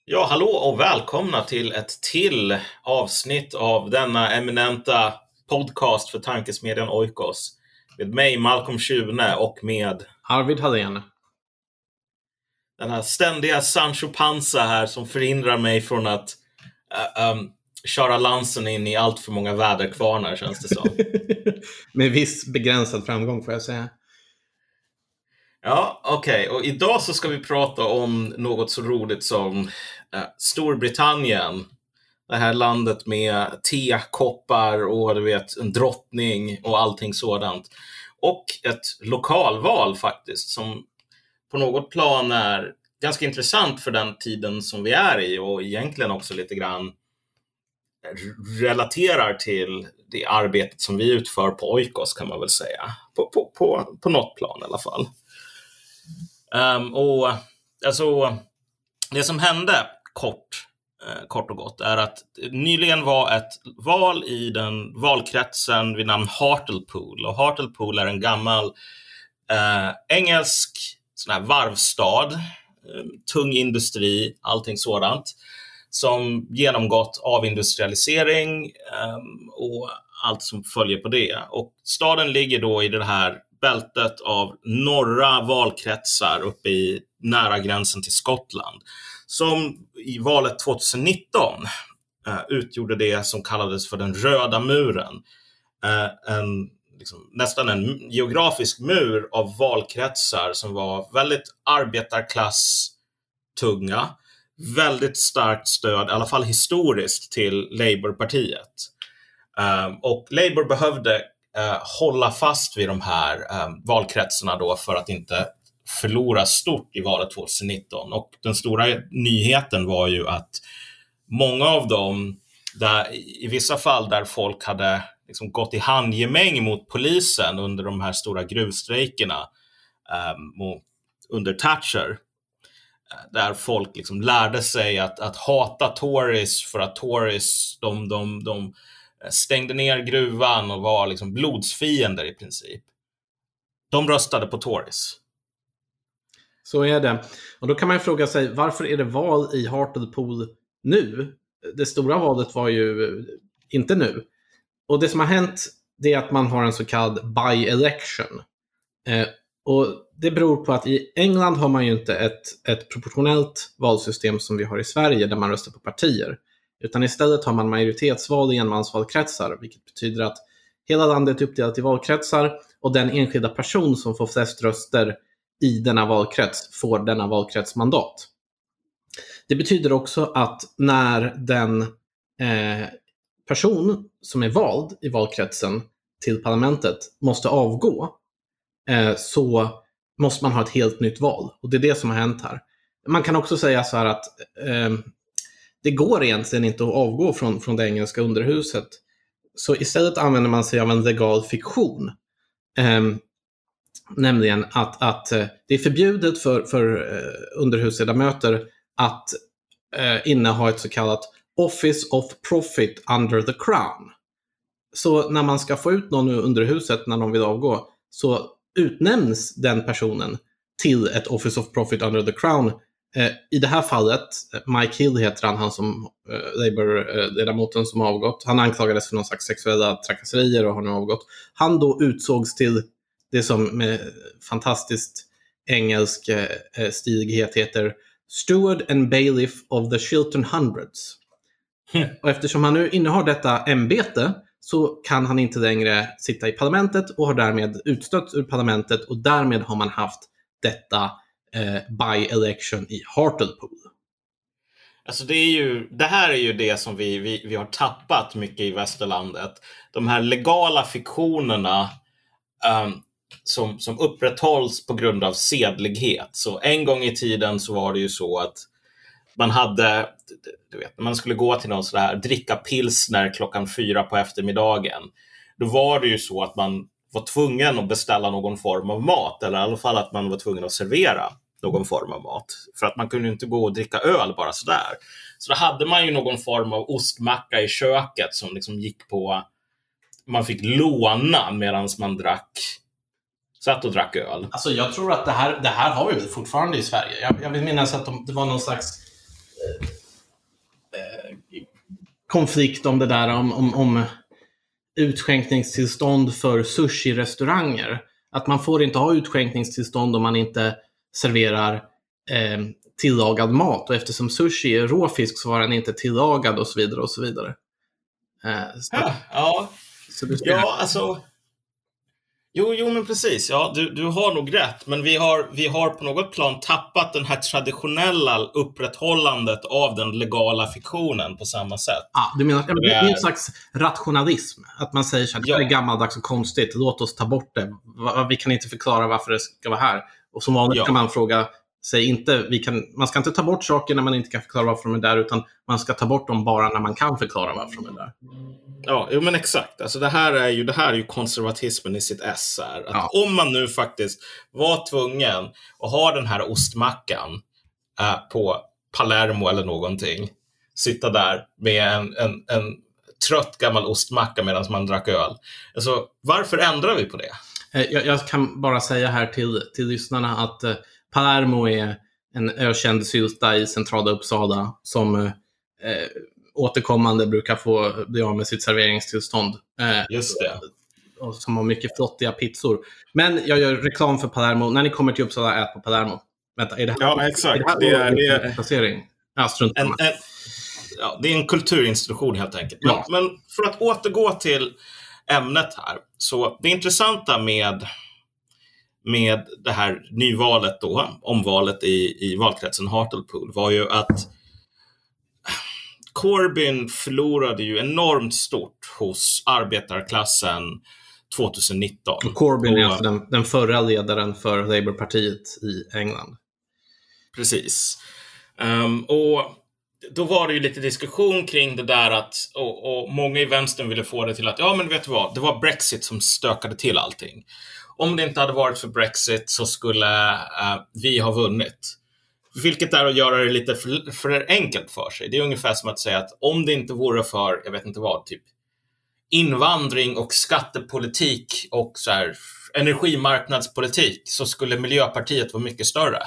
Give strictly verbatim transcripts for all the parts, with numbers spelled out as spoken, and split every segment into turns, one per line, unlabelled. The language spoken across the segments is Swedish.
Ja, hallå och välkomna till ett till avsnitt av denna eminenta podcast för tankesmedjan Oikos. Med mig, Malcolm Tjune, och med
Arvid Hallén.
Den här ständiga Sancho Panza här som förhindrar mig från att uh, um, köra lansen in i allt för många väderkvarnar, känns det som.
Med viss begränsad framgång, får jag säga.
Ja, okej. Okay. Och idag så ska vi prata om något så roligt som uh, Storbritannien. Det här landet med tekoppar och du vet, en drottning och allting sådant. Och ett lokalval faktiskt som på något plan är ganska intressant för den tiden som vi är i. Och egentligen också lite grann relaterar till det arbetet som vi utför på Oikos, kan man väl säga. På, på, på, på något plan i alla fall. Um, och alltså det som hände kort eh, kort och gott är att nyligen var ett val i den valkretsen vid namn Hartlepool, och Hartlepool är en gammal eh, engelsk sån här varvstad, eh, tung industri, allting sådant, som genomgått avindustrialisering eh, och allt som följer på det. Och staden ligger då i det här bältet av norra valkretsar uppe i nära gränsen till Skottland, som i valet tjugonitton uh, utgjorde det som kallades för den röda muren. Uh, en, liksom, nästan en geografisk mur av valkretsar som var väldigt arbetarklass tunga, väldigt starkt stöd, i alla fall historiskt, till Labourpartiet. Uh, och Labour behövde Uh, hålla fast vid de här uh, valkretsarna då för att inte förlora stort i valet tjugonitton. Och den stora nyheten var ju att många av dem, där, i vissa fall där folk hade liksom gått i handgemäng mot polisen under de här stora gruvstrejkerna um, under Thatcher, uh, där folk liksom lärde sig att, att hata Tories för att Tories de, de, de stängde ner gruvan och var liksom blodsfiender i princip. De röstade på Tories.
Så är det. Och då kan man ju fråga sig, varför är det val i Hartlepool nu? Det stora valet var ju inte nu. Och det som har hänt, det är att man har en så kallad by-election. Eh, och det beror på att i England har man ju inte ett, ett proportionellt valsystem som vi har i Sverige, där man röstar på partier. Utan istället har man majoritetsval i enmansvalkretsar, vilket betyder att hela landet är uppdelat i valkretsar och den enskilda person som får flest röster i denna valkrets får denna valkretsmandat. Det betyder också att när den eh, person som är vald i valkretsen till parlamentet måste avgå, eh, så måste man ha ett helt nytt val. Och det är det som har hänt här. Man kan också säga så här att eh, det går egentligen inte att avgå från, från det engelska underhuset. Så istället använder man sig av en legal fiktion. Eh, nämligen att, att eh, det är förbjudet för, för eh, underhusledamöter att eh, inneha ett så kallat Office of Profit under the Crown. Så när man ska få ut någon ur underhuset när de vill avgå, så utnämns den personen till ett Office of Profit under the Crown. I det här fallet, Mike Hill heter han, han som eh, Labour-ledamoten som har avgått. Han anklagades för någon slags sexuella trakasserier och har nu avgått. Han då utsågs till det som med fantastiskt engelsk eh, stighet heter Steward and Bailiff of the Chiltern Hundreds. Mm. Och eftersom han nu innehar detta ämbete så kan han inte längre sitta i parlamentet och har därmed utstött ur parlamentet, och därmed har man haft detta Eh, by-election i Hartlepool.
Alltså det är ju, det här är ju det som vi, vi, vi har tappat mycket i västerlandet. De här legala fiktionerna um, som, som upprätthålls på grund av sedlighet. Så en gång i tiden så var det ju så att man hade, du vet, när man skulle gå till någon sån här dricka pilsner klockan fyra på eftermiddagen, då var det ju så att man var tvungen att beställa någon form av mat, eller i alla fall att man var tvungen att servera någon form av mat, för att man kunde inte gå och dricka öl bara sådär. Så då hade man ju någon form av ostmacka i köket som liksom gick på, man fick låna medan man drack, satt och drack öl.
Alltså jag tror att det här, det här har vi fortfarande i Sverige. Jag, jag vill minnas att de, det var någon slags konflikt om det där om, om, om utskänkningstillstånd för sushi-restauranger. Att man får inte ha utskänkningstillstånd om man inte serverar eh, tillagad mat. Och eftersom sushi är råfisk så var den inte tillagad och så vidare och så vidare. Eh, så,
Ja, ja.
så du ska...
ja alltså... Jo, jo, men precis. Ja, du, du har nog rätt. Men vi har, vi har på något plan tappat den här traditionella upprätthållandet av den legala fiktionen på samma sätt.
Ja, du menar att det är en slags rationalism. Att man säger så här, ja. Det är gammaldags och konstigt. Låt oss ta bort det. Vi kan inte förklara varför det ska vara här. Och som vanligt ja. kan man fråga sig inte, vi kan, man ska inte ta bort saker när man inte kan förklara varför de är där, utan man ska ta bort dem bara när man kan förklara varför de är där.
Ja, jo, men exakt. Alltså det här är ju, det här är ju konservatismen i sitt ess här. Att ja. Om man nu faktiskt var tvungen att ha den här ostmackan äh, på Palermo eller någonting, sitta där med en, en, en trött gammal ostmacka medan man drack öl. Alltså, varför ändrar vi på det?
Jag, jag kan bara säga här till, till lyssnarna att eh, Palermo är en ökänd sylta i centrala Uppsala som eh, återkommande brukar få bli av med sitt serveringstillstånd. Eh,
Just det.
Och som har mycket flottiga pizzor. Men jag gör reklam för Palermo. När ni kommer till Uppsala, ät på Palermo. Vänta, är det här,
ja, exakt.
Är det, här
det är, det är
en placering? Ja, strunt
en, en, ja, det är en kulturinstitution helt enkelt. Men, ja. men för att återgå till ämnet här. Så det intressanta med med det här nyvalet då, omvalet i, i valkretsen Hartlepool var ju att Corbyn förlorade ju enormt stort hos arbetarklassen tjugonitton.
Och Corbyn är alltså den, den förra ledaren för Labourpartiet i England.
Precis. Um, och då var det ju lite diskussion kring det där att, och, och många i vänstern ville få det till att, ja men vet du vad, det var Brexit som stökade till allting. Om det inte hade varit för Brexit så skulle uh, vi ha vunnit. Vilket är att göra det lite för, för enkelt för sig. Det är ungefär som att säga att om det inte vore för, jag vet inte vad, typ invandring och skattepolitik och så här, energimarknadspolitik så skulle Miljöpartiet vara mycket större.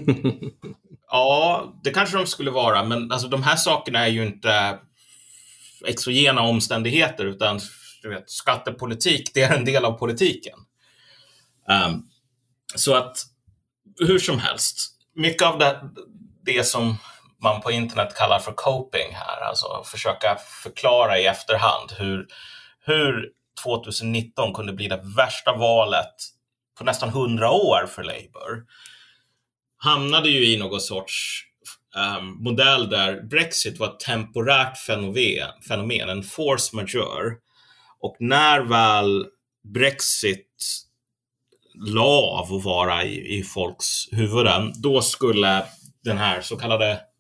Ja, det kanske de skulle vara, men alltså, de här sakerna är ju inte exogena omständigheter, utan du vet, skattepolitik, det är en del av politiken. Um, så att hur som helst, mycket av det, det som man på internet kallar för coping här, alltså försöka förklara i efterhand hur, hur tjugonitton kunde bli det värsta valet på nästan hundra år för Labour, hamnade ju i någon sorts um, modell där Brexit var ett temporärt fenomen, fenomen, en force majeure. Och när väl Brexit la av att vara i, i folks huvuden, då skulle den här så kallade eh,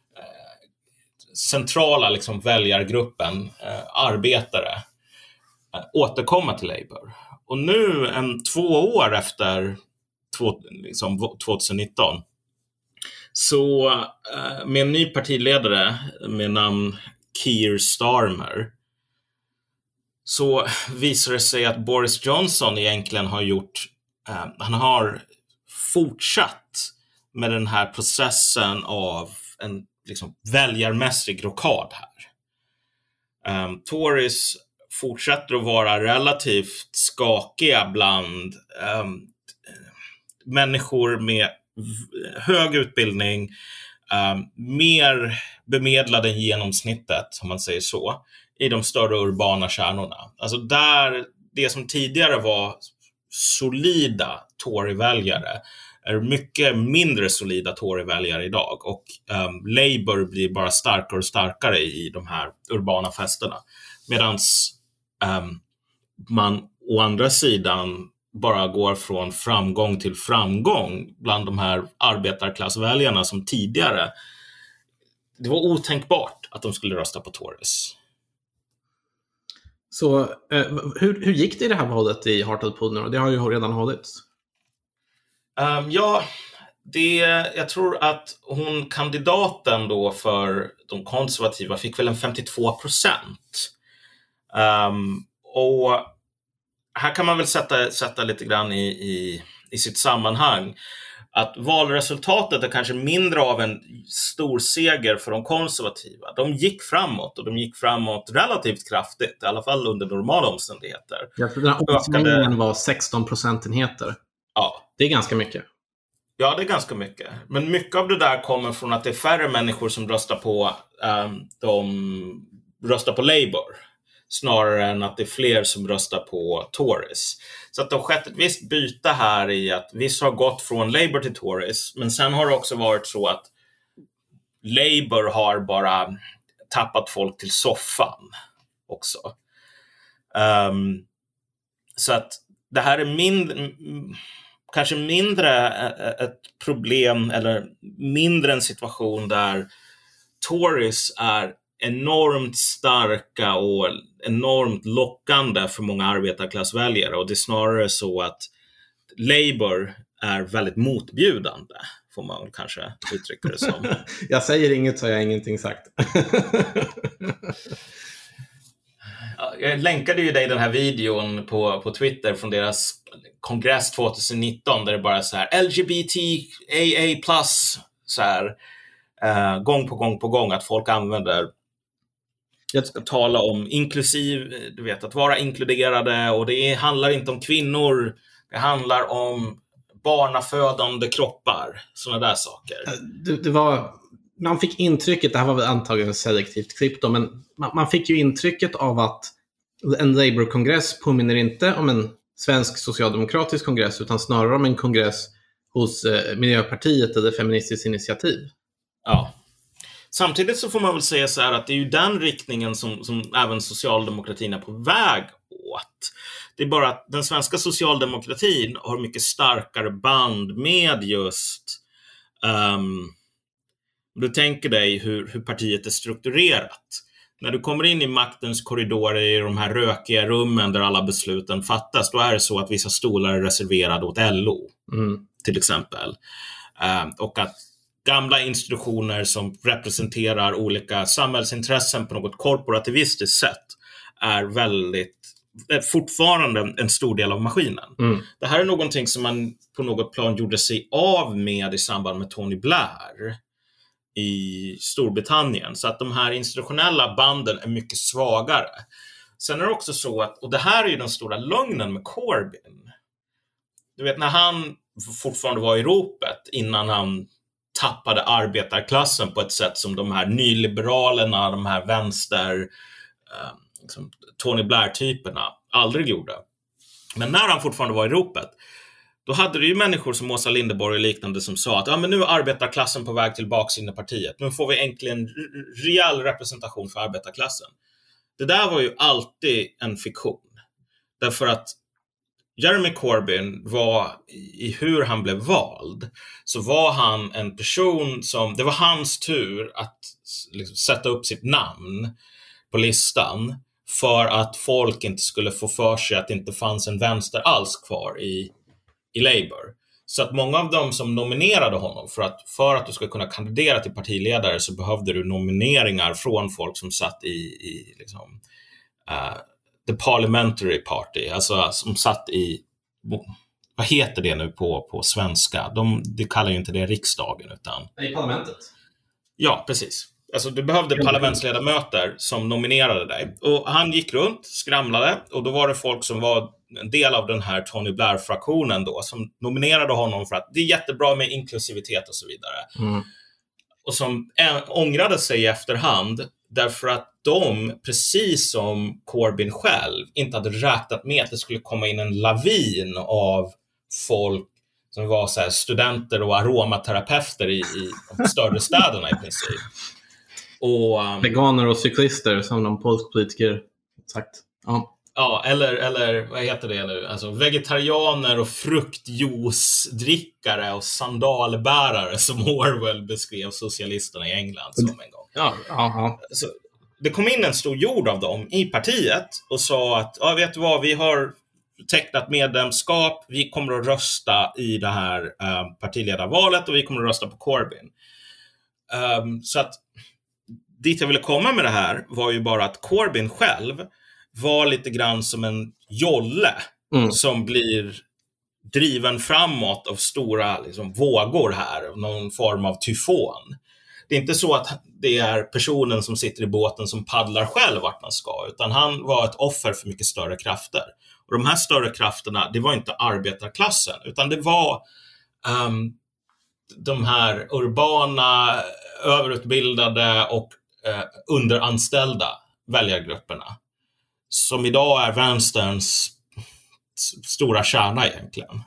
centrala liksom, väljargruppen, eh, arbetare, eh, återkomma till Labour. Och nu, en två år efter två, liksom, tjugonitton, så eh, med en ny partiledare med namn Keir Starmer, så visar det sig att Boris Johnson egentligen har gjort Uh, han har fortsatt med den här processen av en liksom, väljarmässig rockad här. Um, Tories fortsätter att vara relativt skakiga bland um, människor med hög utbildning, um, mer bemedlade än genomsnittet, om man säger så, i de större urbana kärnorna. Alltså där det som tidigare var solida Tory-väljare är mycket mindre solida Tory-väljare idag, och um, Labour blir bara starkare och starkare i de här urbana festerna, medan um, man å andra sidan bara går från framgång till framgång bland de här arbetarklassväljarna som tidigare det var otänkbart att de skulle rösta på Tories.
Så eh, hur, hur gick det i det här valet i Hartlepool nu? Det har ju redan hållits.
Um, ja, det, jag tror att hon, kandidaten då för de konservativa, fick väl en femtiotvå procent. Um, och här kan man väl sätta, sätta lite grann i, i, i sitt sammanhang. att valresultatet är kanske mindre av en stor seger för de konservativa. De gick framåt och de gick framåt relativt kraftigt, i alla fall under normala omständigheter.
Jag tror den här omsvängningen var sexton procentenheter.
Ja.
Det är ganska mycket.
Ja, det är ganska mycket. Men mycket av det där kommer från att det är färre människor som röstar på, um, de röstar på Labour, snarare än att det är fler som röstar på Tories. Så att det har skett ett visst byte här i att vissa har gått från Labour till Tories, men sen har det också varit så att Labour har bara tappat folk till soffan också. Um, så att det här är mindre, kanske mindre ett problem, eller mindre en situation där Tories är enormt starka och enormt lockande för många arbetarklassväljare, och det är snarare så att Labour är väldigt motbjudande, får man kanske uttrycka det som.
Jag säger inget så jag har ingenting sagt.
Jag länkade ju dig den här videon på, på Twitter från deras kongress tjugonitton, där det bara är så här L G B T A A plus, så här uh, gång på gång på gång att folk använder, jag ska tala om inklusiv, du vet, att vara inkluderade, och det handlar inte om kvinnor, det handlar om barnafödande kroppar, sådana där saker.
Det, det var, man fick intrycket, det här var väl antagligen selektivt klipp då, men man, man fick ju intrycket av att en Labour-kongress påminner inte om en svensk socialdemokratisk kongress, utan snarare om en kongress hos eh, Miljöpartiet eller Feministiskt initiativ.
Ja. Samtidigt så får man väl säga så här att det är ju den riktningen som, som även socialdemokratin är på väg åt. Det är bara att den svenska socialdemokratin har mycket starkare band med just um, du tänker dig hur, hur partiet är strukturerat. När du kommer in i maktens korridorer, i de här rökiga rummen där alla besluten fattas, då är det så att vissa stolar är reserverade åt L O, mm. till exempel. Um, och att gamla institutioner som representerar olika samhällsintressen på något korporativistiskt sätt är väldigt är fortfarande en stor del av maskinen. Mm. Det här är någonting som man på något plan gjorde sig av med i samband med Tony Blair i Storbritannien. Så att de här institutionella banden är mycket svagare. Sen är det också så att, och det här är ju den stora lögnen med Corbyn. Du vet, när han fortfarande var i ropet, innan han tappade arbetarklassen på ett sätt som de här nyliberalerna, de här vänster eh, liksom Tony Blair-typerna aldrig gjorde. Men när han fortfarande var i ropet, då hade det ju människor som Åsa Linderborg och liknande som sa att ja, men nu är arbetarklassen på väg tillbaka in i partiet. Nu får vi äntligen rejäl representation för arbetarklassen. Det där var ju alltid en fiktion. Därför att Jeremy Corbyn var, i hur han blev vald, så var han en person som, det var hans tur att liksom sätta upp sitt namn på listan för att folk inte skulle få för sig att det inte fanns en vänster alls kvar i, i Labour. Så att många av dem som nominerade honom, för att, för att du ska kunna kandidera till partiledare, så behövde du nomineringar från folk som satt i, i liksom, uh, the parliamentary party, alltså som satt i, vad heter det nu på, på svenska? De, de kallar ju inte det riksdagen, utan
i parlamentet.
Ja, precis. Alltså du behövde parlamentsledamöter som nominerade dig. Och han gick runt, skramlade, och då var det folk som var en del av den här Tony Blair-fraktionen då, som nominerade honom för att det är jättebra med inklusivitet och så vidare. Mm. Och som äh, ångrade sig i efterhand, därför att de, precis som Corbyn själv, inte hade räknat med att det skulle komma in en lavin av folk som var så här studenter och aromaterapeuter i, i de större städerna i princip. Och, um,
veganer och cyklister, som de polskpolitiker sagt. Ja.
Ja, eller, eller vad heter det nu? Alltså vegetarianer och fruktjuicedrickare och sandalbärare, som Orwell beskrev socialisterna i England som en gång.
Ja, ja.
Så det kom in en stor jord av dem i partiet och sa att, ja, vet du vad, vi har tecknat medlemskap, vi kommer att rösta i det här uh, partiledarvalet och vi kommer att rösta på Corbyn. Um, så att dit jag ville komma med det här var ju bara att Corbyn själv var lite grann som en jolle mm. som blir driven framåt av stora liksom, vågor här, någon form av tyfon. Det är inte så att det är personen som sitter i båten som paddlar själv vart man ska, utan han var ett offer för mycket större krafter. Och de här större krafterna, det var inte arbetarklassen, utan det var um, de här urbana, överutbildade och uh, underanställda väljargrupperna, som idag är vänsterns stora kärna egentligen.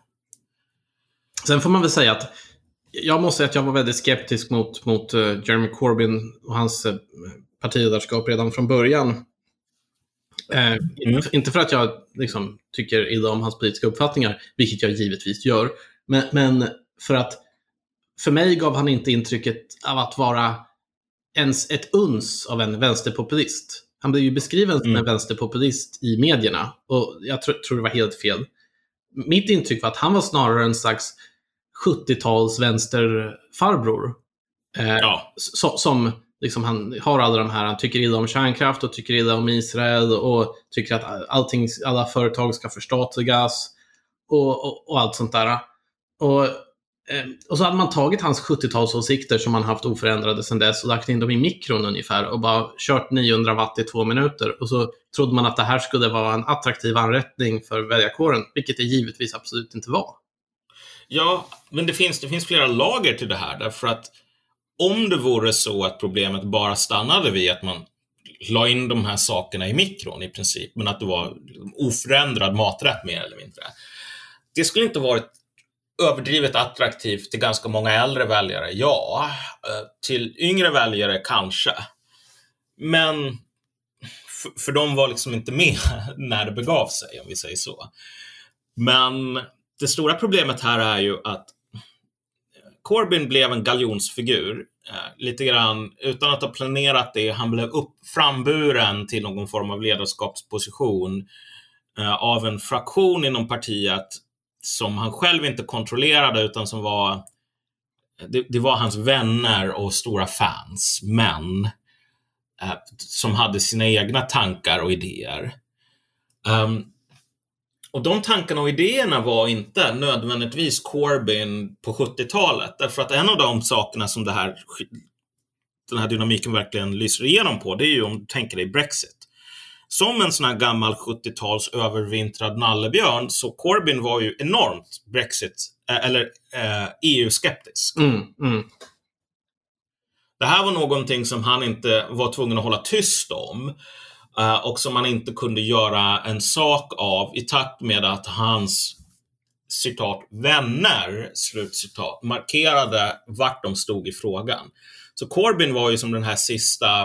Sen får man väl säga att jag måste säga att jag var väldigt skeptisk mot, mot uh, Jeremy Corbyn och hans uh, partiledarskap redan från början. Uh, mm. inte, inte för att jag liksom, tycker illa om hans politiska uppfattningar, vilket jag givetvis gör, men, men för att för mig gav han inte intrycket av att vara ens ett uns av en vänsterpopulist. Han blev ju beskriven som mm. en vänsterpopulist i medierna, och jag tr- tror det var helt fel. Mitt intryck var att han var snarare en slags sjuttio-tals vänsterfarbror. Eh, ja. so- som liksom, han har alla de här, han tycker illa om kärnkraft och tycker illa om Israel och tycker att allting, alla företag ska förstatligas och, och, och allt sånt där. Och, eh, och så hade man tagit hans sjuttio-talsåsikter som man haft oförändrade sedan dess och lagt in dem i mikron ungefär och bara kört niohundra watt i två minuter, och så trodde man att det här skulle vara en attraktiv anrättning för väljarkåren, vilket det givetvis absolut inte var.
Ja, men det finns, det finns flera lager till det här, därför att om det vore så att problemet bara stannade vid att man la in de här sakerna i mikron i princip, men att det var oförändrad maträtt mer eller mindre, det skulle inte varit överdrivet attraktivt till ganska många äldre väljare, ja, till yngre väljare kanske, men för, för de var liksom inte med när det begav sig, om vi säger så. Men det stora problemet här är ju att Corbyn blev en galjonsfigur, eh, lite grann utan att ha planerat det. Han blev upp framburen till någon form av ledarskapsposition eh, av en fraktion inom partiet som han själv inte kontrollerade, utan som var det, det var hans vänner och stora fans, men eh, som hade sina egna tankar och idéer. Um, Och de tankarna och idéerna var inte nödvändigtvis Corbyn på sjuttio-talet. Därför att en av de sakerna som det här, den här dynamiken verkligen lyser igenom på, det är ju om du tänker dig Brexit. Som en sån här gammal sjuttio-tals övervintrad nallebjörn, så Corbyn var ju enormt Brexit, eller eh, E U-skeptisk.
Mm, mm.
Det här var någonting som han inte var tvungen att hålla tyst om. Uh, och som man inte kunde göra en sak av i takt med att hans citat vänner slutcitat markerade vart de stod i frågan. Så Corbyn var ju som den här sista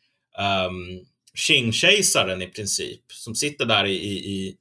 um, Qing-kejsaren i princip, som sitter där i, i, i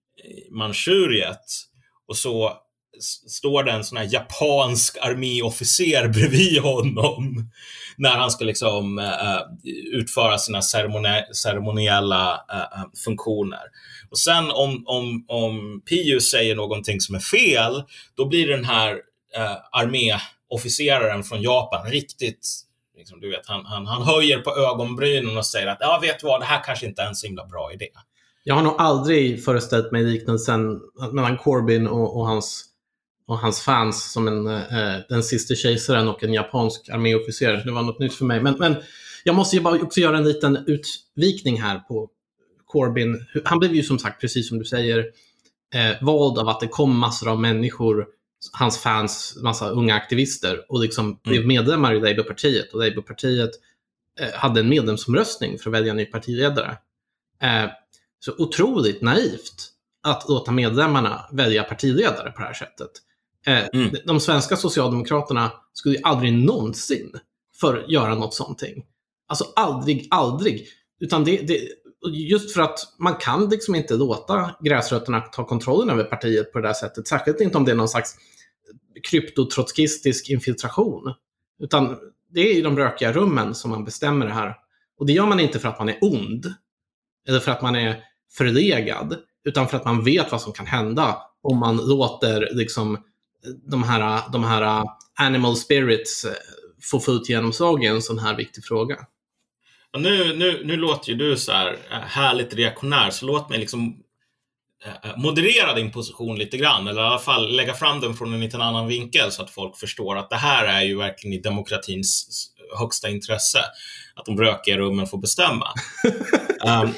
Manchuriet, och så står det en sån här japansk arméofficer bredvid honom när han ska liksom uh, utföra sina ceremoni- ceremoniella uh, funktioner. Och sen om, om, om Pius säger någonting som är fel, då blir den här uh, arméofficeraren från Japan riktigt, liksom, du vet, han, han, han höjer på ögonbrynen och säger att ja, vet du vad, det här kanske inte är en så himla bra idé.
Jag har nog aldrig föreställt mig liknelsen mellan Corbyn och, och hans och hans fans som en, eh, den sista kejsaren och en japansk arméofficer. Det var något nytt för mig. Men, men jag måste ju bara också göra en liten utvikning här på Corbyn. Han blev ju som sagt, precis som du säger, eh, vald av att det kom massor av människor, hans fans, massa unga aktivister, och liksom mm. blev medlemmar i Labourpartiet. Och Labourpartiet eh, hade en medlemsomröstning för att välja en ny partiledare. Eh, så otroligt naivt att låta medlemmarna välja partiledare på det här sättet. Mm. De svenska socialdemokraterna skulle ju aldrig någonsin för göra något sånt. Alltså aldrig, aldrig. Utan det, det, just för att man kan liksom inte låta gräsrötterna ta kontrollen över partiet på det där sättet. Särskilt inte om det är någon slags kryptotrotskistisk infiltration. Utan det är i de rökiga rummen som man bestämmer det här. Och det gör man inte för att man är ond eller för att man är förlegad, utan för att man vet vad som kan hända om man låter liksom de här, de här animal spirits få fullt genomslag i en sån här viktig fråga.
Och nu, nu, nu låter ju du så här härligt reaktionär, så låt mig liksom moderera din position lite grann, eller i alla fall lägga fram den från en liten annan vinkel så att folk förstår att det här är ju verkligen i demokratins högsta intresse, att de rökiga rummen får bestämma. um,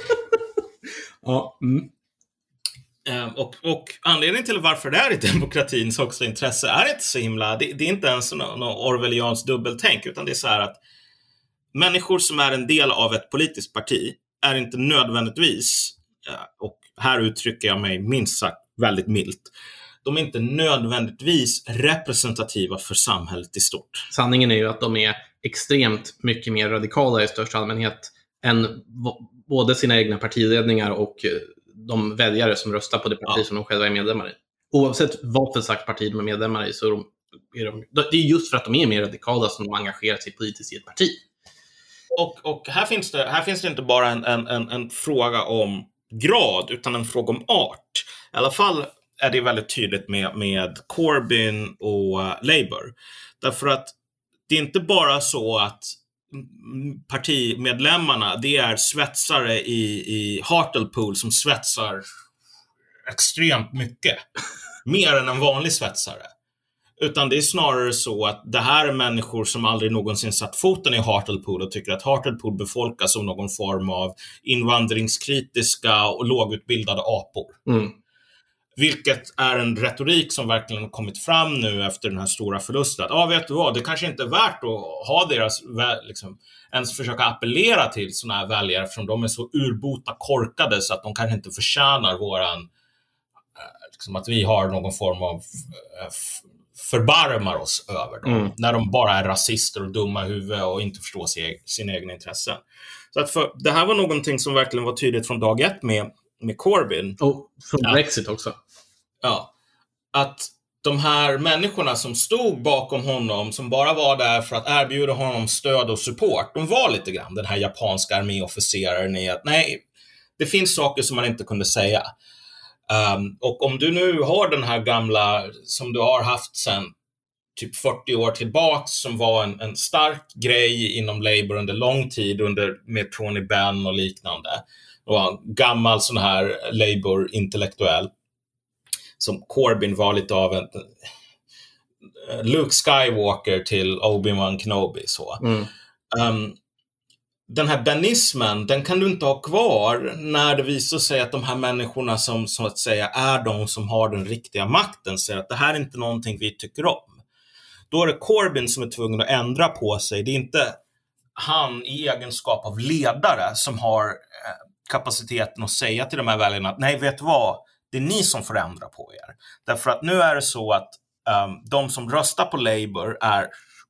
ja, mm.
um, och, och anledningen till varför det är i demokratins högsta intresse är inte så himla, det, det är inte ens någon, någon orwellians dubbeltänk, utan det är så här att människor som är en del av ett politiskt parti är inte nödvändigtvis, och här uttrycker jag mig minst sagt väldigt milt, de är inte nödvändigtvis representativa för samhället i stort.
Sanningen är ju att de är extremt mycket mer radikala i största allmänhet än v- både sina egna partiledningar och de väljare som röstar på det parti ja. som de själva är medlemmar i. Oavsett vad för sagt parti de är medlemmar i, så är de, är de, det är just för att de är mer radikala som de engagerar sig politiskt i ett parti.
Och, och här, finns det, här finns det inte bara en, en, en, en fråga om grad, utan en fråga om art. I alla fall är det väldigt tydligt med, med Corbyn och Labour. Därför att det är inte bara så att partimedlemmarna, det är svetsare i, i Hartlepool som svetsar extremt mycket. Mer än en vanlig svetsare. Utan det är snarare så att det här är människor som aldrig någonsin satt foten i Hartlepool och tycker att Hartlepool befolkas som någon form av invandringskritiska och lågutbildade apor.
Mm.
Vilket är en retorik som verkligen har kommit fram nu efter den här stora förlusten. Ja, ah, vet du vad, det kanske inte är värt att ha deras, liksom, ens försöka appellera till såna här väljare, eftersom de är så urbota korkade så att de kanske inte förtjänar våran, liksom, att vi har någon form av förbarmar oss över dem, mm. när de bara är rasister och dumma i huvudet och inte förstår sin, sina egna intressen. Så att för, det här var någonting som verkligen var tydligt från dag ett med, med Corbyn.
Och från Brexit ja. också.
Ja, att de här människorna som stod bakom honom, som bara var där för att erbjuda honom stöd och support, de var lite grann den här japanska arméofficeraren i att nej, det finns saker som man inte kunde säga. Um, och om du nu har den här gamla som du har haft sedan typ fyrtio år tillbaks, som var en, en stark grej inom Labour under lång tid under, med Tony Benn och liknande, och en gammal sån här Labour-intellektuell som Corbyn var lite av en Luke Skywalker till Obi-Wan Kenobi så.
Mm.
Um, den här benismen, den kan du inte ha kvar när det visar sig att de här människorna som så att säga är de som har den riktiga makten säger att det här är inte någonting vi tycker om. Då är det Corbyn som är tvungen att ändra på sig. Det är inte han i egenskap av ledare som har kapaciteten att säga till de här väljarna att nej, vet du vad? Det är ni som får ändra på er. Därför att nu är det så att um, de som röstar på Labour är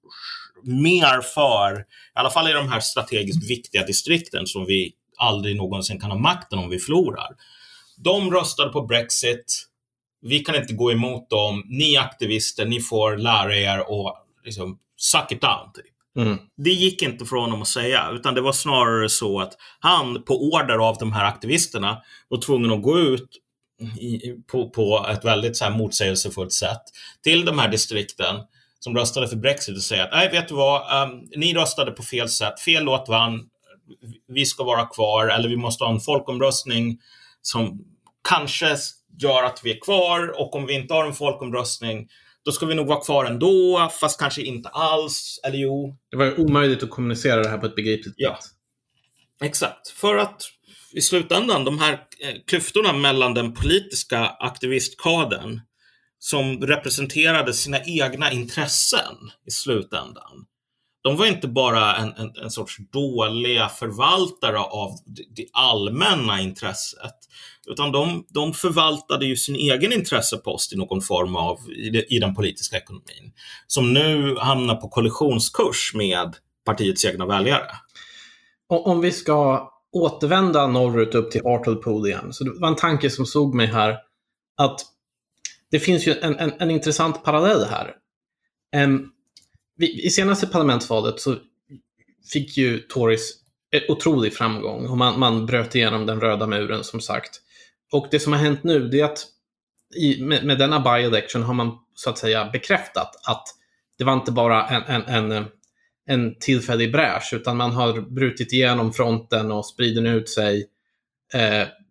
mer för, i alla fall i de här strategiskt viktiga distrikten som vi aldrig någonsin kan ha makten om vi förlorar. De röstade på Brexit. Vi kan inte gå emot dem. Ni aktivister, ni får lära er och liksom suck it down typ.
Mm.
Det gick inte för honom att säga, utan det var snarare så att han på order av de här aktivisterna var tvungen att gå ut i, på, på ett väldigt så här motsägelsefullt sätt till de här distrikten som röstade för Brexit och säga att nej, vet du vad, um, ni röstade på fel sätt, fel låt vann, vi ska vara kvar, eller vi måste ha en folkomröstning som kanske gör att vi är kvar, och om vi inte har en folkomröstning då ska vi nog vara kvar ändå, fast kanske inte alls, eller jo.
Det var omöjligt att kommunicera det här på ett begripligt sätt.
Ja, exakt. För att i slutändan, de här klyftorna mellan den politiska aktivistkadern som representerade sina egna intressen i slutändan, de var inte bara en, en, en sorts dåliga förvaltare av det, det allmänna intresset, utan de, de förvaltade ju sin egen intressepost i någon form av i, det, i den politiska ekonomin, som nu hamnar på kollisionskurs med partiets egna väljare.
Och om vi ska återvända norrut upp till Hartlepool igen, så det var en tanke som såg mig här, att det finns ju en, en, en intressant parallell här. Um, vi, I senaste parlamentsvalet så fick ju Tories en otrolig framgång, och man, man bröt igenom den röda muren som sagt. Och det som har hänt nu, det är att i, med, med denna by-election har man så att säga bekräftat att det var inte bara en, en, en, en tillfällig bräsch, utan man har brutit igenom fronten och sprider ut sig eh,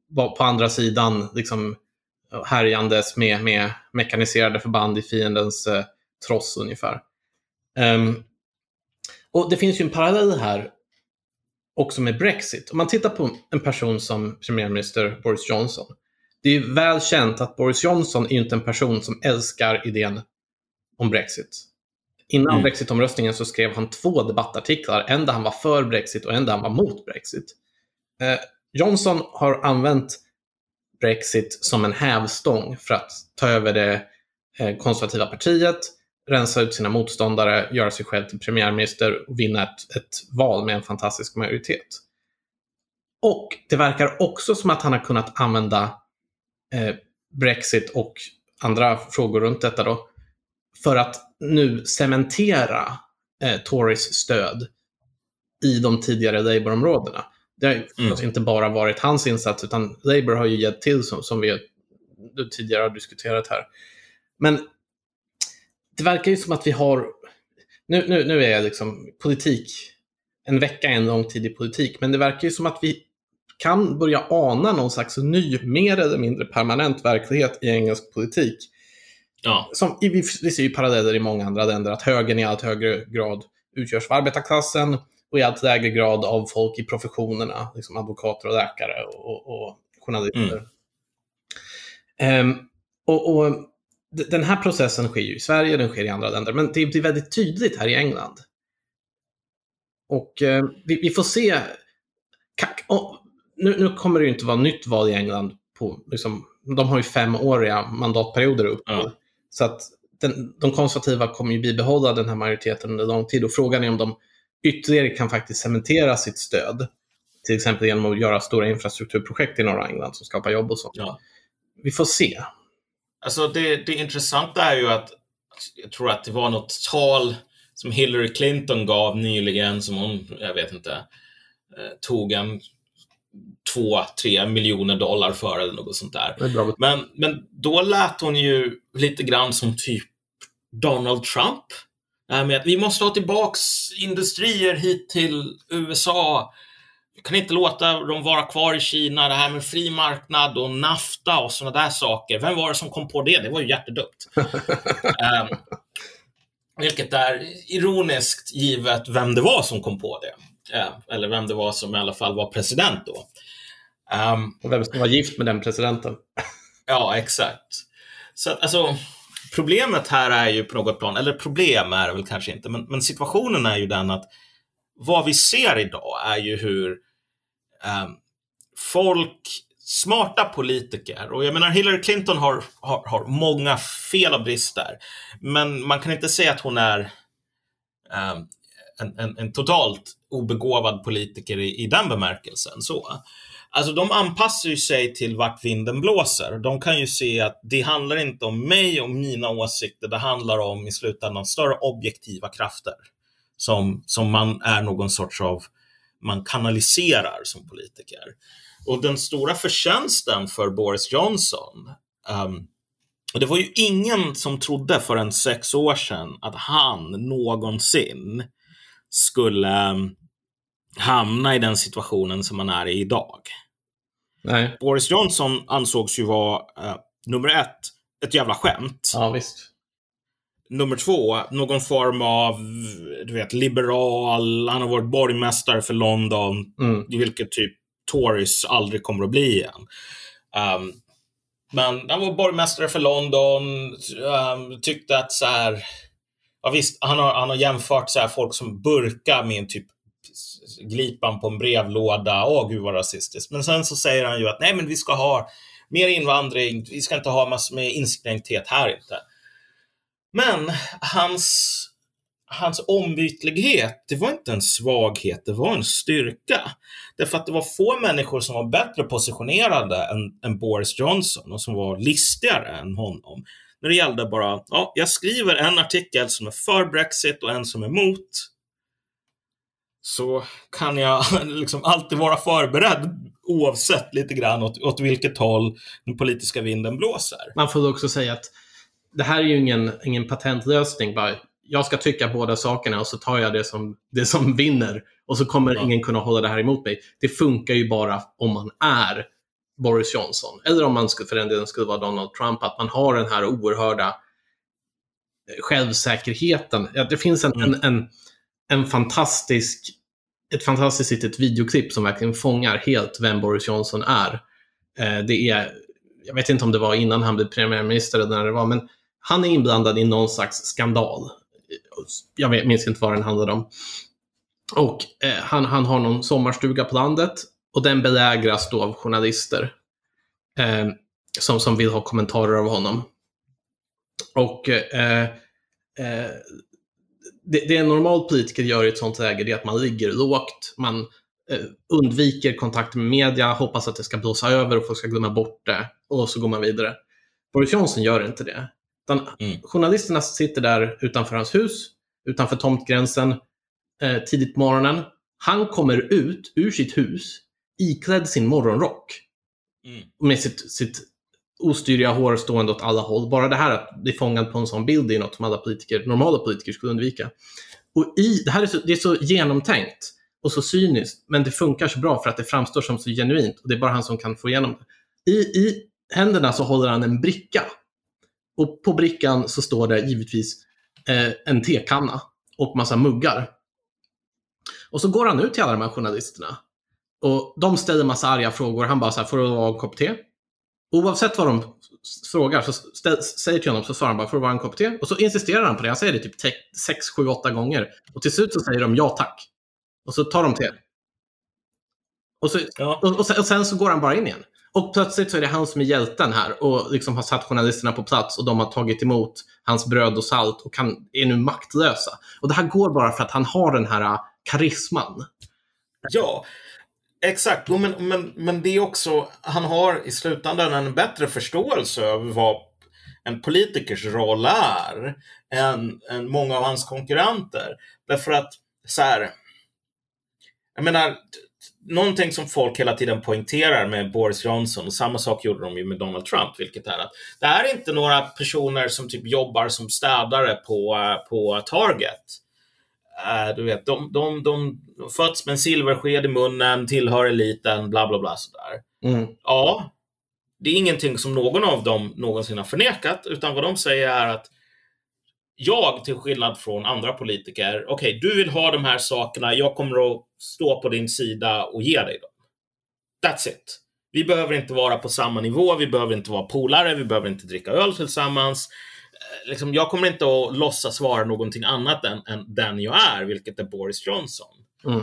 var på andra sidan liksom härjandes med, med mekaniserade förband i fiendens eh, tross ungefär. Um, och det finns ju en parallell här också med Brexit. Om man tittar på en person som premiärminister Boris Johnson. Det är ju väl känt att Boris Johnson är ju inte en person som älskar idén om Brexit. Innan mm. Brexit-omröstningen så skrev han två debattartiklar. En där han var för Brexit och en där han var mot Brexit. Eh, Johnson har använt Brexit som en hävstång för att ta över det eh, konservativa partiet, rensa ut sina motståndare, göra sig själv till premiärminister och vinna ett, ett val med en fantastisk majoritet. Och det verkar också som att han har kunnat använda eh, Brexit och andra frågor runt detta då för att nu cementera eh, Tories stöd i de tidigare Labour-områdena. Det har mm. alltså inte bara varit hans insats, utan Labour har ju gett till som, som vi tidigare har diskuterat här. Men det verkar ju som att vi har... Nu, nu, nu är liksom politik... En vecka är en lång tid i politik, men det verkar ju som att vi kan börja ana någon slags ny, mer eller mindre permanent verklighet i engelsk politik.
Ja.
Som, vi, vi ser ju paralleller i många andra länder, att högern i allt högre grad utgörs av arbetarklassen och i allt lägre grad av folk i professionerna, liksom advokater och läkare och, och journalister. Mm. Um, och, och den här processen sker ju i Sverige, den sker i andra länder, men det är väldigt tydligt här i England. Och uh, vi, vi får se... Och, nu, nu kommer det ju inte vara nytt val i England. På, liksom, de har ju femåriga mandatperioder upp. Mm. Så att den, de konservativa kommer ju bibehålla den här majoriteten under lång tid. Och frågan är om de ytterligare kan faktiskt cementera sitt stöd. Till exempel genom att göra stora infrastrukturprojekt i norra England som skapar jobb och sånt. Ja. Vi får se.
Alltså det, det intressanta är ju att jag tror att det var något tal som Hillary Clinton gav nyligen som hon, jag vet inte, tog en två, tre miljoner dollar för eller något sånt där. Men, men då lät hon ju lite grann som typ Donald Trump. Med att vi måste ha tillbaks industrier hit till U S A. Vi kan inte låta dem vara kvar i Kina. Det här med fri marknad och NAFTA och såna där saker. Vem var det som kom på det? Det var ju jättedumt. um, vilket är ironiskt givet vem det var som kom på det. Ja, eller vem det var som i alla fall var president då. Um,
och vem som var gift med den presidenten.
Ja, exakt. Så att, alltså, problemet här är ju på något plan, eller problem är det väl kanske inte, men, men situationen är ju den att vad vi ser idag är ju hur um, folk, smarta politiker, och jag menar Hillary Clinton har, har, har många fel och brister, men man kan inte säga att hon är um, en, en, en totalt obegåvad politiker i, i den bemärkelsen. Så. Alltså de anpassar ju sig till vart vinden blåser. De kan ju se att det handlar inte om mig och mina åsikter, det handlar om i slutändan större objektiva krafter som, som man är någon sorts av, man kanaliserar som politiker. Och den stora förtjänsten för Boris Johnson, um, och det var ju ingen som trodde för en sex år sedan att han någonsin skulle um, hamna i den situationen som man är i idag.
Nej.
Boris Johnson ansågs ju vara uh, nummer ett, ett jävla skämt.
Ja, visst.
Nummer två, någon form av, du vet, liberal. Han har varit borgmästare för London, mm. vilket typ Tories aldrig kommer att bli igen. Um, men han var borgmästare för London, um, tyckte att så här, ja visst, han har, han har jämfört så här folk som burkar med en typ glipan på en brevlåda. Åh gud vad rasistiskt. Men sen så säger han ju att nej men vi ska ha mer invandring, vi ska inte ha massor med inskränkthet här inte. Men hans, hans ombytlighet, det var inte en svaghet, det var en styrka. Därför att det var få människor som var bättre positionerade än, än Boris Johnson och som var listigare än honom. När det gällde bara, ja, jag skriver en artikel som är för Brexit och en som är emot, så kan jag liksom alltid vara förberedd oavsett lite grann åt, åt vilket håll den politiska vinden blåser.
Man får också säga att det här är ju ingen, ingen patentlösning. Bara, jag ska tycka båda sakerna och så tar jag det som, det som vinner och så kommer ja. ingen kunna hålla det här emot mig. Det funkar ju bara om man är Boris Johnson, eller om man skulle, för den delen skulle vara Donald Trump, att man har den här oerhörda självsäkerheten. Ja, det finns en, mm. en, en, en fantastisk ett fantastiskt litet videoklipp som verkligen fångar helt vem Boris Johnson är. Eh, det är, jag vet inte om det var innan han blev premiärminister eller när det var, men han är inblandad i någon slags skandal. Jag vet, minns inte vad den handlade om. Och eh, han, han har någon sommarstuga på landet och den belägras då av journalister eh, som, som vill ha kommentarer av honom. Och eh, eh, det, det en normal politiker gör i ett sånt läge, det är att man ligger lågt, man eh, undviker kontakt med media, hoppas att det ska blåsa över och folk ska glömma bort det, och så går man vidare. Boris Johnson gör inte det. Utan mm. journalisterna sitter där utanför hans hus, utanför tomtgränsen, eh, tidigt på morgonen. Han kommer ut ur sitt hus iklädd sin morgonrock mm. med sitt, sitt ostyriga hår stående åt alla håll. Bara det här att bli fångad på en sån bild är något som alla politiker, normala politiker skulle undvika. Och i, det här är så, det är så genomtänkt och så cyniskt, men det funkar så bra för att det framstår som så genuint, och det är bara han som kan få igenom det. I, i händerna så håller han en bricka, och på brickan så står det givetvis eh, en tekanna och massa muggar. Och så går han ut till alla de här journalisterna, och de ställer massa arga frågor. Han bara så här: får det vara en kopp te? Oavsett vad de frågar så ställ, säger till honom, så svarar han bara: får det vara en kopp te? Och så insisterar han på det. Han säger det typ sex, sju, åtta gånger. Och till slut så säger de ja tack. Och så tar de te. Och, så, ja. och, och, sen, och sen så går han bara in igen. Och plötsligt så är det han som är hjälten här, och liksom har satt journalisterna på plats, och de har tagit emot hans bröd och salt och kan, är nu maktlösa. Och det här går bara för att han har den här karisman.
Ja, exakt. Men, men, men det är också, han har i slutändan en bättre förståelse över vad en politikers roll är än, än många av hans konkurrenter. Därför att så här, jag menar, någonting som folk hela tiden poängterar med Boris Johnson, och samma sak gjorde de ju med Donald Trump, vilket är att det här är inte några personer som typ jobbar som städare på, på Target. Uh, du vet, de, de, de föds med en silversked i munnen, tillhör eliten, bla bla bla sådär. Mm. Ja, det är ingenting som någon av dem någonsin har förnekat, utan vad de säger är att jag, till skillnad från andra politiker, okej, okay, du vill ha de här sakerna, jag kommer att stå på din sida och ge dig dem. That's it. Vi behöver inte vara på samma nivå, vi behöver inte vara polare, vi behöver inte dricka öl tillsammans. Liksom, jag kommer inte att låtsas vara någonting annat än, än den jag är, vilket är Boris Johnson. Mm.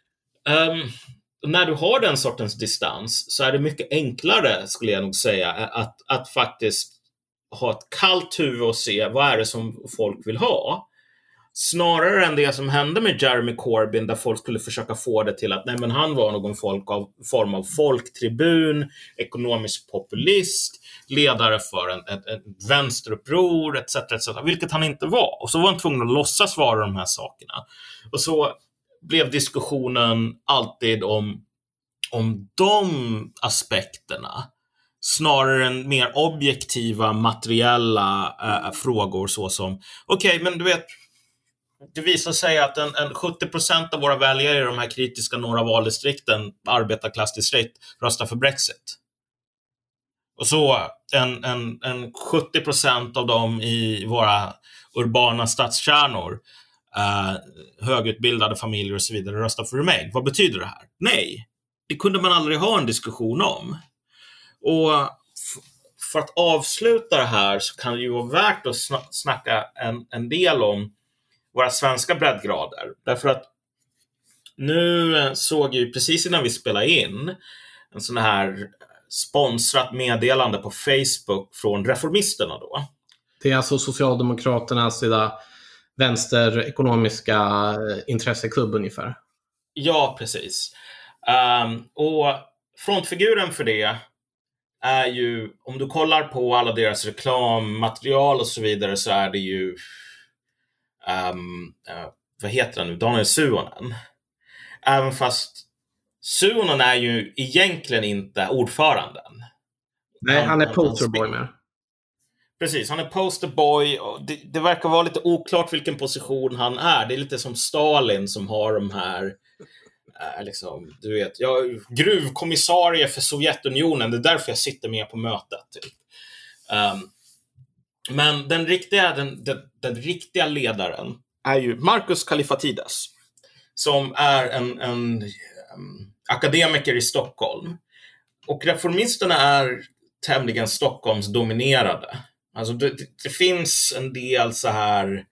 Um, när du har den sortens distans så är det mycket enklare, skulle jag nog säga, att, att faktiskt ha ett kallt huvud och se vad är det som folk vill ha. Snarare än det som hände med Jeremy Corbyn, där folk skulle försöka få det till att nej, men han var någon folk av, form av folktribun, ekonomisk populist, ledare för en, ett, ett vänsteruppror et cetera et cetera, vilket han inte var. Och så var han tvungen att låtsas vara de här sakerna. Och så blev diskussionen alltid om, om de aspekterna, snarare än mer objektiva, materiella äh, frågor, såsom okej, okay, men du vet, det visar sig att en, en sjuttio procent av våra väljare i de här kritiska norra valdistrikten, arbetarklassdistrikt, röstar för Brexit. Och så en, en, en sjuttio procent av dem i våra urbana stadskärnor, eh, högutbildade familjer och så vidare, röstar för Remain. Vad betyder det här? Nej, det kunde man aldrig ha en diskussion om. Och f- för att avsluta det här så kan det ju vara värt att sn- snacka en, en del om våra svenska breddgrader. Därför att nu såg jag ju precis innan vi spelade in en sån här sponsrat meddelande på Facebook från Reformisterna då.
Det är alltså Socialdemokraternas sida vänsterekonomiska intresseklubb ungefär.
Ja, precis. Um, och frontfiguren för det är ju, om du kollar på alla deras reklammaterial och så vidare, så är det ju um, uh, vad heter han nu? Daniel Suhonen. Även fast Suhonen är ju egentligen inte ordföranden.
Nej, han, han är posterboy med.
Precis, han är posterboy. Och det, det verkar vara lite oklart vilken position han är. Det är lite som Stalin som har de här är liksom, du vet, jag är gruvkommissarie för Sovjetunionen, det är därför jag sitter med på mötet. Typ. Um, men den riktiga, den, den, den riktiga ledaren är ju Markus Kallifatides, som är en, en um, akademiker i Stockholm. Och reformisterna är tämligen Stockholmsdominerade. Alltså det, det, det finns en del så här...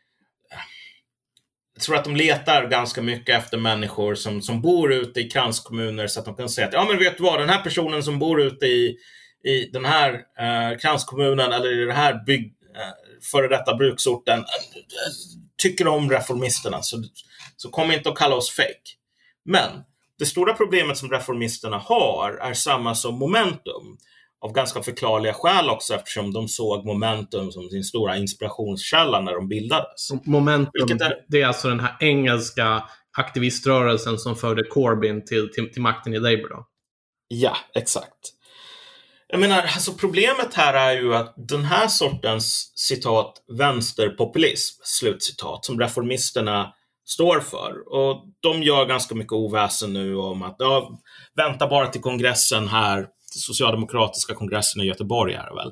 Jag tror att de letar ganska mycket efter människor som, som bor ute i kranskommuner, så att de kan säga att ja, men vet du vad, den här personen som bor ute i, i den här eh, kranskommunen eller i den här bygg, eh, före detta bruksorten eh, tycker om reformisterna, så, så kom inte att kalla oss fake. Men det stora problemet som reformisterna har är samma som Momentum, av ganska förklarliga skäl också, eftersom de såg Momentum som sin stora inspirationskälla när de bildades.
Momentum, är... det är alltså den här engelska aktiviströrelsen som förde Corbyn till, till, till makten i Labour då?
Ja, exakt. Jag menar, alltså problemet här är ju att den här sortens citat vänsterpopulism, slutcitat, som reformisterna står för, och de gör ganska mycket oväsen nu om att ja, vänta bara till kongressen här, socialdemokratiska kongressen i Göteborg är det väl.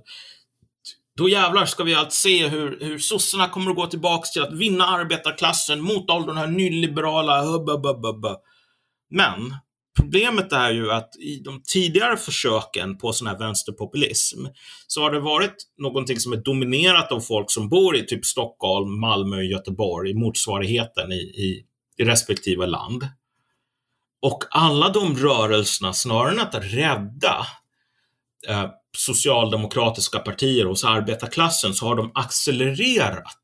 Då jävlar ska vi allt se hur, hur sossarna kommer att gå tillbaka till att vinna arbetarklassen mot all den här nyliberala hubbabababa. Men problemet är ju att i de tidigare försöken på sån här vänsterpopulism så har det varit någonting som är dominerat av folk som bor i typ Stockholm, Malmö, Göteborg, motsvarigheten i, i, i respektive land. Och alla de rörelserna, snarare än att rädda eh, socialdemokratiska partier hos arbetarklassen, så har de accelererat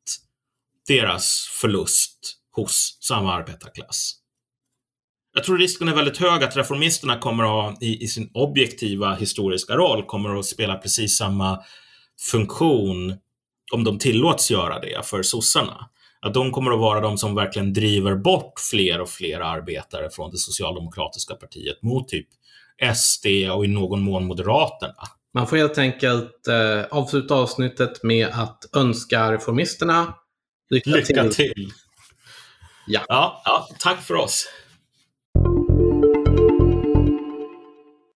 deras förlust hos samma arbetarklass. Jag tror risken är väldigt hög att reformisterna kommer att ha i, i sin objektiva historiska roll kommer att spela precis samma funktion om de tillåts göra det för sossarna. Att de kommer att vara de som verkligen driver bort fler och fler arbetare från det socialdemokratiska partiet mot typ S D och i någon mån Moderaterna.
Man får helt enkelt eh, avsluta avsnittet med att önska reformisterna lycka,
lycka
till.
till.
Ja.
Ja, ja, tack för oss.